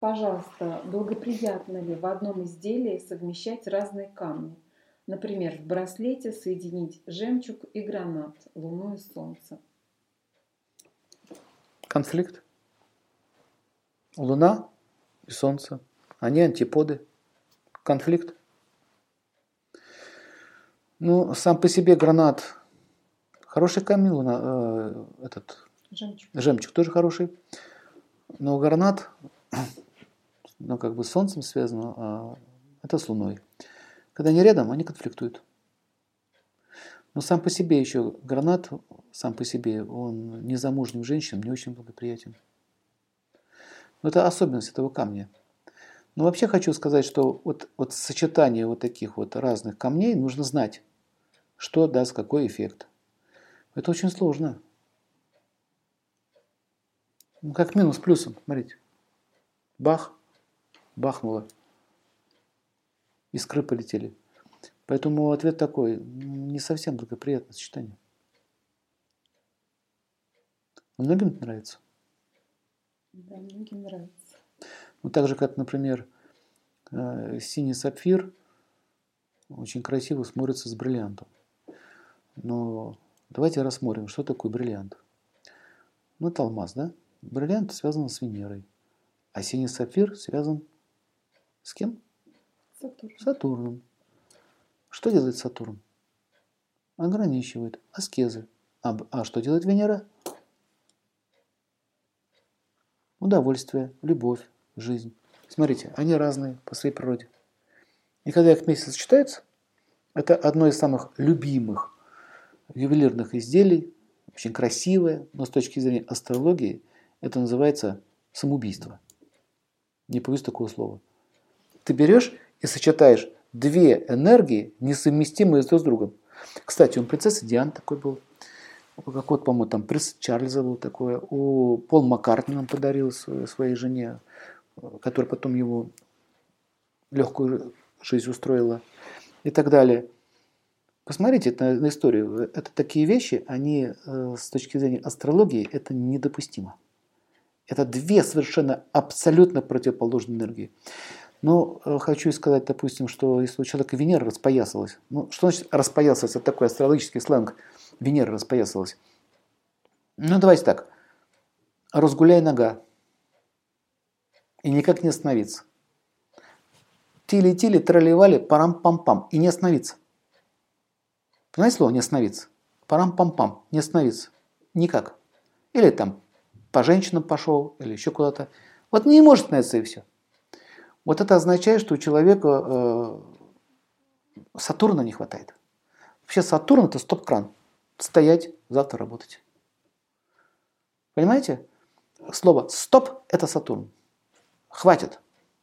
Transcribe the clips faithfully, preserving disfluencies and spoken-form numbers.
Пожалуйста, благоприятно ли в одном изделии совмещать разные камни? Например, в браслете соединить жемчуг и гранат, луну и солнце. Конфликт. Луна и солнце. Они антиподы. Конфликт. Ну, сам по себе гранат хороший камень, луна, э, этот Жемчуг. жемчуг тоже хороший. Но гранат, ну, как бы с солнцем связано, а это с луной. Когда они рядом, они конфликтуют. Но сам по себе еще гранат, сам по себе, он незамужним женщинам не очень благоприятен. Но это особенность этого камня. Но вообще хочу сказать, что вот, вот сочетание вот таких вот разных камней нужно знать, что даст какой эффект. Это очень сложно. Ну, как минус плюсом, смотрите. Бах, бахнуло. Искры полетели. Поэтому ответ такой, не совсем благоприятное сочетание. Многим это нравится? Да, многим нравится. Ну, так же, как, например, синий сапфир очень красиво смотрится с бриллиантом. Но давайте рассмотрим, что такое бриллиант. Ну, это алмаз, да? Бриллиант связан с Венерой. А синий сапфир связан с кем? Сатурн. Сатурном. Что делает Сатурн? Ограничивает аскезы. А, а что делает Венера? Удовольствие, любовь, жизнь. Смотрите, они разные по своей природе. И когда их вместе сочетаются, это одно из самых любимых ювелирных изделий, очень красивое, но с точки зрения астрологии это называется самоубийство. Не боюсь такого слова. Ты берешь и сочетаешь две энергии, несовместимые друг с другом. Кстати, у принцессы Дианы такой был. Как вот, по-моему, там принц Чарльза был такое. У Пол Маккартни он подарил своей жене, которая потом его легкую жизнь устроила. И так далее. Посмотрите на, на историю. Это такие вещи, они э, с точки зрения астрологии, это недопустимо. Это две совершенно абсолютно противоположные энергии. Но э, хочу сказать, допустим, что если у человека Венера распоясалась, ну, что значит распоясалась? Это такой астрологический сленг. Венера распоясалась. Ну, давайте так. Разгуляй нога. И никак не остановиться. Тили-тили, тролливали, парам-пам-пам. И не остановиться. Понимаете слово «не остановиться»? Парам-пам-пам. Не остановиться. Никак. Или там по женщинам пошел, или еще куда-то. Вот не может остановиться и все. Вот это означает, что у человека э, Сатурна не хватает. Вообще Сатурн – это стоп-кран. Стоять, завтра работать. Понимаете? Слово «стоп» – это Сатурн. Хватит.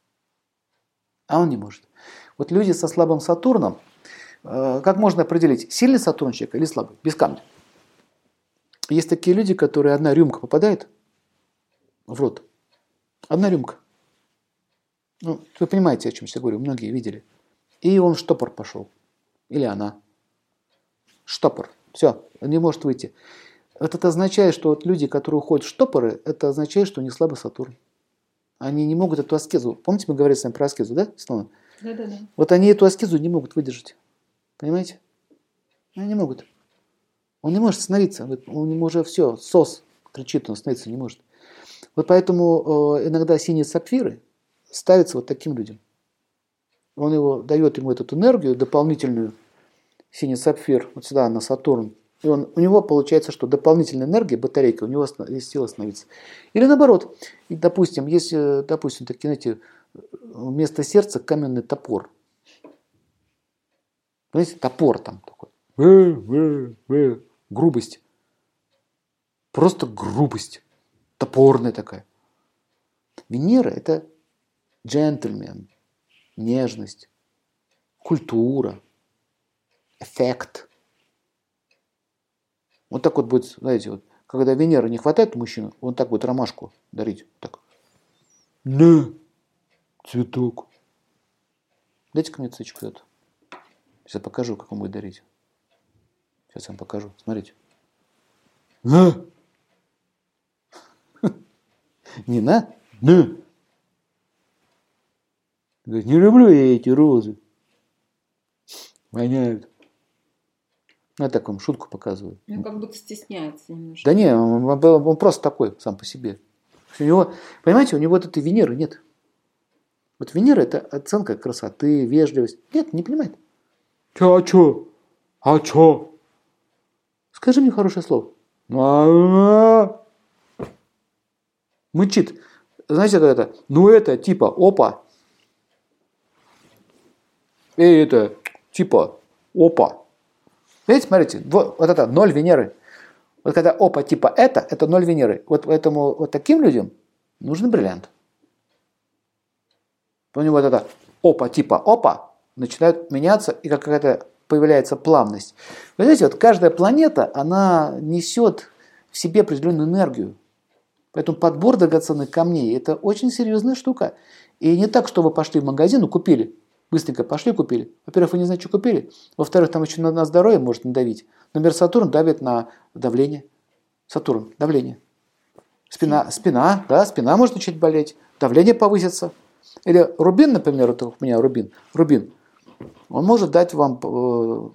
А он не может. Вот люди со слабым Сатурном, э, как можно определить, сильный Сатурн человека или слабый? Без камня. Есть такие люди, которые одна рюмка попадает в рот. Одна рюмка. Ну, вы понимаете, о чем я говорю, многие видели. И он в штопор пошел. Или она. Штопор. Все, он не может выйти. Это означает, что вот люди, которые уходят в штопоры, это означает, что у них слабый Сатурн. Они не могут эту аскезу. Помните, мы говорили с вами про аскезу, да, Светлана? Да, да, да. Вот они эту аскезу не могут выдержать. Понимаете? Они не могут. Он не может остановиться. Он уже все, сос кричит, он остановиться не может. Вот поэтому э, иногда синие сапфиры ставятся вот таким людям. Он его, дает ему эту энергию дополнительную, синий сапфир, вот сюда на Сатурн. И он, у него получается, что дополнительная энергия, батарейка, у него есть сила остановиться. Или наоборот, и, допустим, если, допустим, такие, знаете, вместо сердца каменный топор. Знаете, топор там такой. Э, э, э. Грубость. Просто грубость. Топорная такая. Венера – это джентльмен, нежность, культура, эффект. Вот так вот будет, знаете, вот, когда Венера не хватает мужчину, он так будет ромашку дарить. Так. На, цветок. Дайте-ка мне цветочку эту. Сейчас я покажу, как он будет дарить. Сейчас я вам покажу. Смотрите. На. Не на, на. Говорит, не люблю я эти розы. Воняют. Ну, я так вам шутку показываю. Ну, как будто стесняется немножко. Да не, он, он- он просто такой сам по себе. У него, понимаете, у него вот этой Венеры нет. Вот Венера – это оценка красоты, вежливость. Нет, не понимает. Чё, а чё? А чё? Скажи мне хорошее слово. Мычит. Знаете, как это? Ну это типа опа. И это типа опа. Видите, смотрите, вот, вот это ноль Венеры. Вот когда опа типа это, это ноль Венеры. Вот поэтому вот таким людям нужен бриллиант. У него вот это опа типа опа начинает меняться, и какая-то появляется плавность. Вы знаете, вот каждая планета, она несет в себе определенную энергию. Поэтому подбор драгоценных камней – это очень серьезная штука. И не так, что вы пошли в магазин и купили. Быстренько пошли купили. Во-первых, вы не знаете, что купили. Во-вторых, там еще на, на здоровье может надавить. Например, Сатурн давит на давление. Сатурн, давление. Спина, спина, да, спина может начать болеть. Давление повысится. Или рубин, например, вот у меня рубин. Рубин. Он может дать вам э,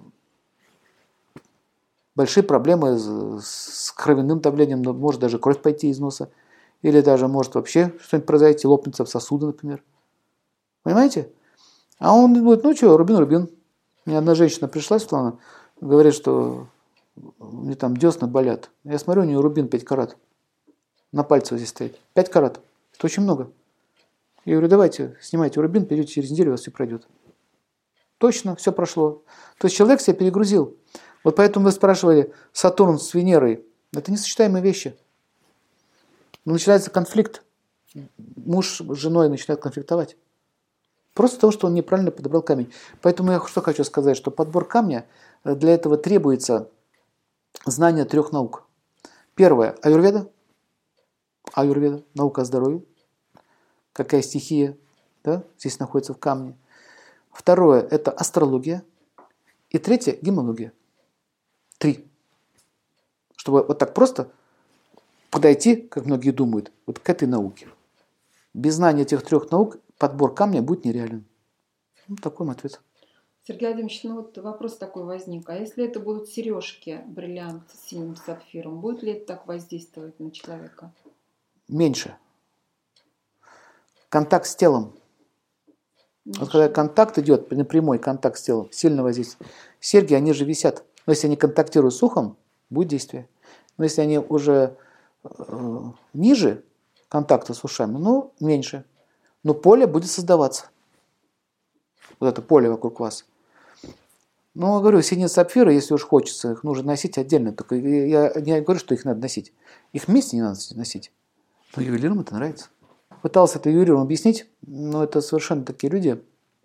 большие проблемы с, с кровяным давлением. Может даже кровь пойти из носа. Или даже может вообще что-нибудь произойти, лопнуться в сосуды, например. Понимаете? А он будет, ну что, рубин, рубин. Мне одна женщина пришла, Светлана, говорит, что мне там десна болят. Я смотрю, у нее рубин пять карат. На пальце вот здесь стоит. пять карат. Это очень много. Я говорю, давайте, снимайте рубин, перейдете через неделю, у вас все пройдет. Точно, все прошло. То есть человек себя перегрузил. Вот поэтому вы спрашивали, Сатурн с Венерой. Это несочетаемые вещи. Начинается конфликт. Муж с женой начинает конфликтовать. Просто потому, что он неправильно подобрал камень. Поэтому я что хочу сказать, что подбор камня, для этого требуется знание трех наук. Первое – аюрведа. Аюрведа, наука о здоровье. Какая стихия, да, здесь находится в камне. Второе – это астрология. И третье – гемология. Три. Чтобы вот так просто подойти, как многие думают, вот к этой науке. Без знания этих трех наук подбор камня будет нереален. Ну, такой мой ответ. Сергей Владимирович, ну вот вопрос такой возник. А если это будут сережки, бриллиант с синим сапфиром, будет ли это так воздействовать на человека? Меньше. Контакт с телом. Меньше. Вот когда контакт идет, прямой контакт с телом, сильно воздействие. Серьги, они же висят. Но если они контактируют с ухом, будет действие. Но если они уже э, ниже контакта с ушами, ну, меньше. Но поле будет создаваться. Вот это поле вокруг вас. Ну, говорю, синие сапфиры, если уж хочется, их нужно носить отдельно. Только я не говорю, что их надо носить. Их вместе не надо носить. Но ювелирам это нравится. Пытался это ювелирам объяснить, но это совершенно такие люди,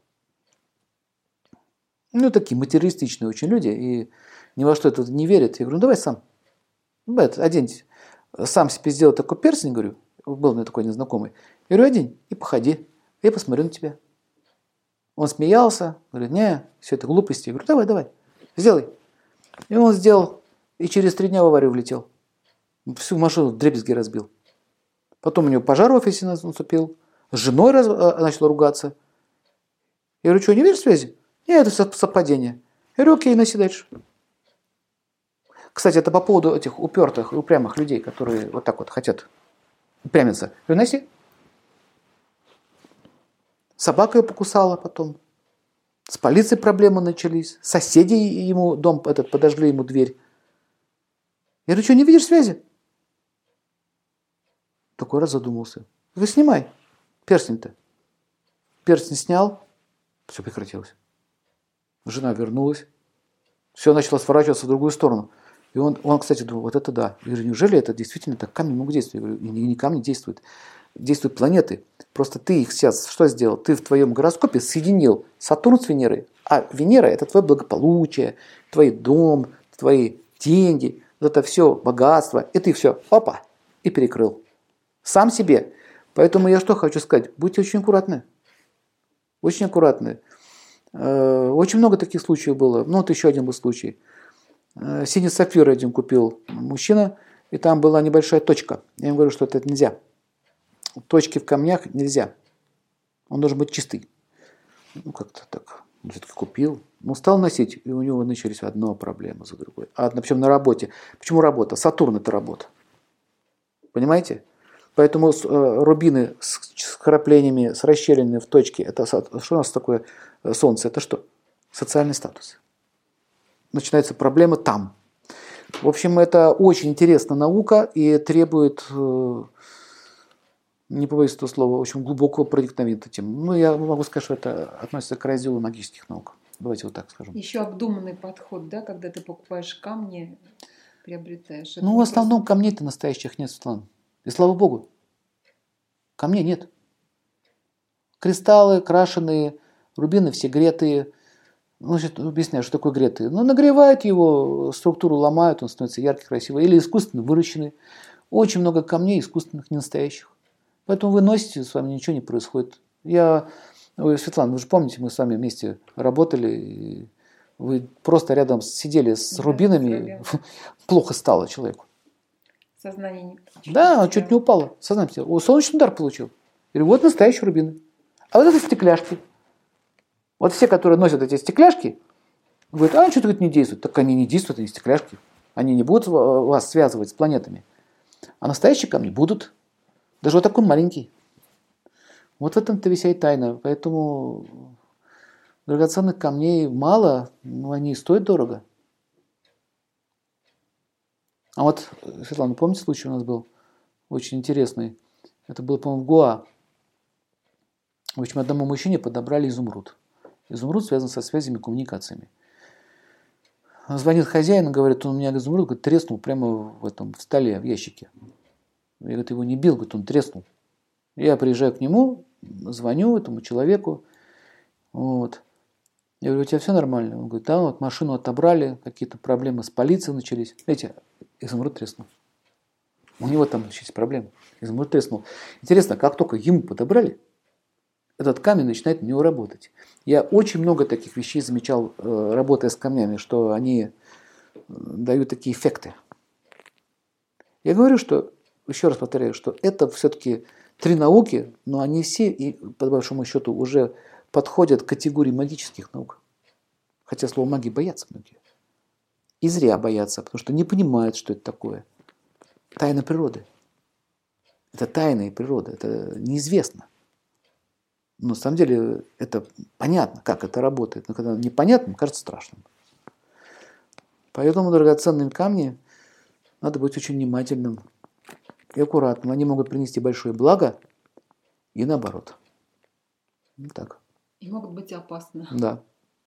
ну, такие материалистичные очень люди, и ни во что это не верят. Я говорю, ну, давай сам. Давай, оденься. Сам себе сделал такой перстень, говорю, был мне такой незнакомый. Я говорю, одень и походи, я посмотрю на тебя. Он смеялся, говорит, не, все это глупости. Я говорю, давай, давай, сделай. И он сделал, и через три дня в аварию влетел. Всю машину вдребезги разбил. Потом у него пожар в офисе наступил, с женой раз, начал ругаться. Я говорю, что, не веришь в связи? Нет, это совпадение. Я говорю, окей, носи дальше. Кстати, это по поводу этих упертых и упрямых людей, которые вот так вот хотят упрямиться. Я говорю, носи. Собака ее покусала потом. С полицией проблемы начались. Соседи ему дом этот подожгли ему дверь. Я говорю, что, не видишь связи? Такой раз задумался. Вы снимай перстень-то. Перстень снял, все прекратилось. Жена вернулась. Все начало сворачиваться в другую сторону. И он, он, кстати, думал, вот это да. Я говорю, неужели это действительно так камни могут действовать? Я говорю, не камни действуют. Действуют планеты. Просто ты их сейчас что сделал? Ты в твоем гороскопе соединил Сатурн с Венерой. А Венера – это твое благополучие, твой дом, твои деньги, вот это все богатство. И ты все, опа, и перекрыл. Сам себе. Поэтому я что хочу сказать? Будьте очень аккуратны. Очень аккуратны. Очень много таких случаев было. Ну, вот еще один был случай. Синий сапфир один купил мужчина, и там была небольшая точка. Я ему говорю, что это нельзя. Точки в камнях нельзя. Он должен быть чистый. ну, как-то так, все-таки купил. Ну, стал носить, и у него начались одна проблема за другой. А причем на работе. Почему работа? Сатурн – это работа. Понимаете? Поэтому э, рубины с, с вкраплениями, с расщелинами в точке, это что у нас такое солнце? Это что? Социальный статус. Начинаются проблемы там. В общем, это очень интересная наука и требует, э, не побоюсь этого слова, очень глубокого проникновения в эту тему. Ну, я могу сказать, что это относится к разделу магических наук. Давайте вот так скажем. Еще обдуманный подход, да, когда ты покупаешь камни, приобретаешь. Это Ну, не в основном просто... камней-то настоящих нет, Светлана. И слава богу, камней нет. Кристаллы, крашеные, рубины все гретые. Ну, значит, объясняю, что такое гретые. Ну, нагревают его, структуру ломают, он становится яркий, красивый. Или искусственно выращенный. Очень много камней искусственных, не настоящих. Поэтому вы носите, с вами ничего не происходит. Я, ой, Светлана, вы же помните, мы с вами вместе работали, и вы просто рядом сидели с Да, рубинами, с плохо стало человеку. Сознание не... Да, он чуть не упало. Сознание потерял. О, солнечный удар получил. Я говорю, вот настоящие рубины. А вот это стекляшки. Вот все, которые носят эти стекляшки, говорят, а что-то не действует. Так они не действуют, они стекляшки. Они не будут вас связывать с планетами. А настоящие камни будут. Даже вот такой маленький. Вот в этом-то вся и тайна. Поэтому драгоценных камней мало, но они и стоят дорого. А вот, Светлана, помните, случай у нас был очень интересный? Это было, по-моему, в Гоа. В общем, одному мужчине подобрали изумруд. Изумруд связан со связями, коммуникациями. Звонит хозяин и говорит, он у меня изумруд, говорит, треснул прямо в этом в столе, в ящике. Я, говорит, его не бил, говорит, он треснул. Я приезжаю к нему, звоню этому человеку. Вот. Я говорю, у тебя все нормально? Он говорит, да, вот машину отобрали, какие-то проблемы с полицией начались. Знаете, изумруд треснул. У него там начались проблемы. Изумруд треснул. Интересно, как только ему подобрали, этот камень начинает на него работать. Я очень много таких вещей замечал, работая с камнями, что они дают такие эффекты. Я говорю, что, еще раз повторяю, что это все-таки три науки, но они все, и по большому счету, уже подходят к категории магических наук. Хотя слово магии боятся многие. И зря боятся, потому что не понимают, что это такое. Тайна природы. Это тайна природы, это неизвестно. Но на самом деле это понятно, как это работает. Но когда непонятно, кажется страшным. Поэтому драгоценные камни надо быть очень внимательным и аккуратным. Они могут принести большое благо и наоборот. Вот так. И могут быть опасны. Да.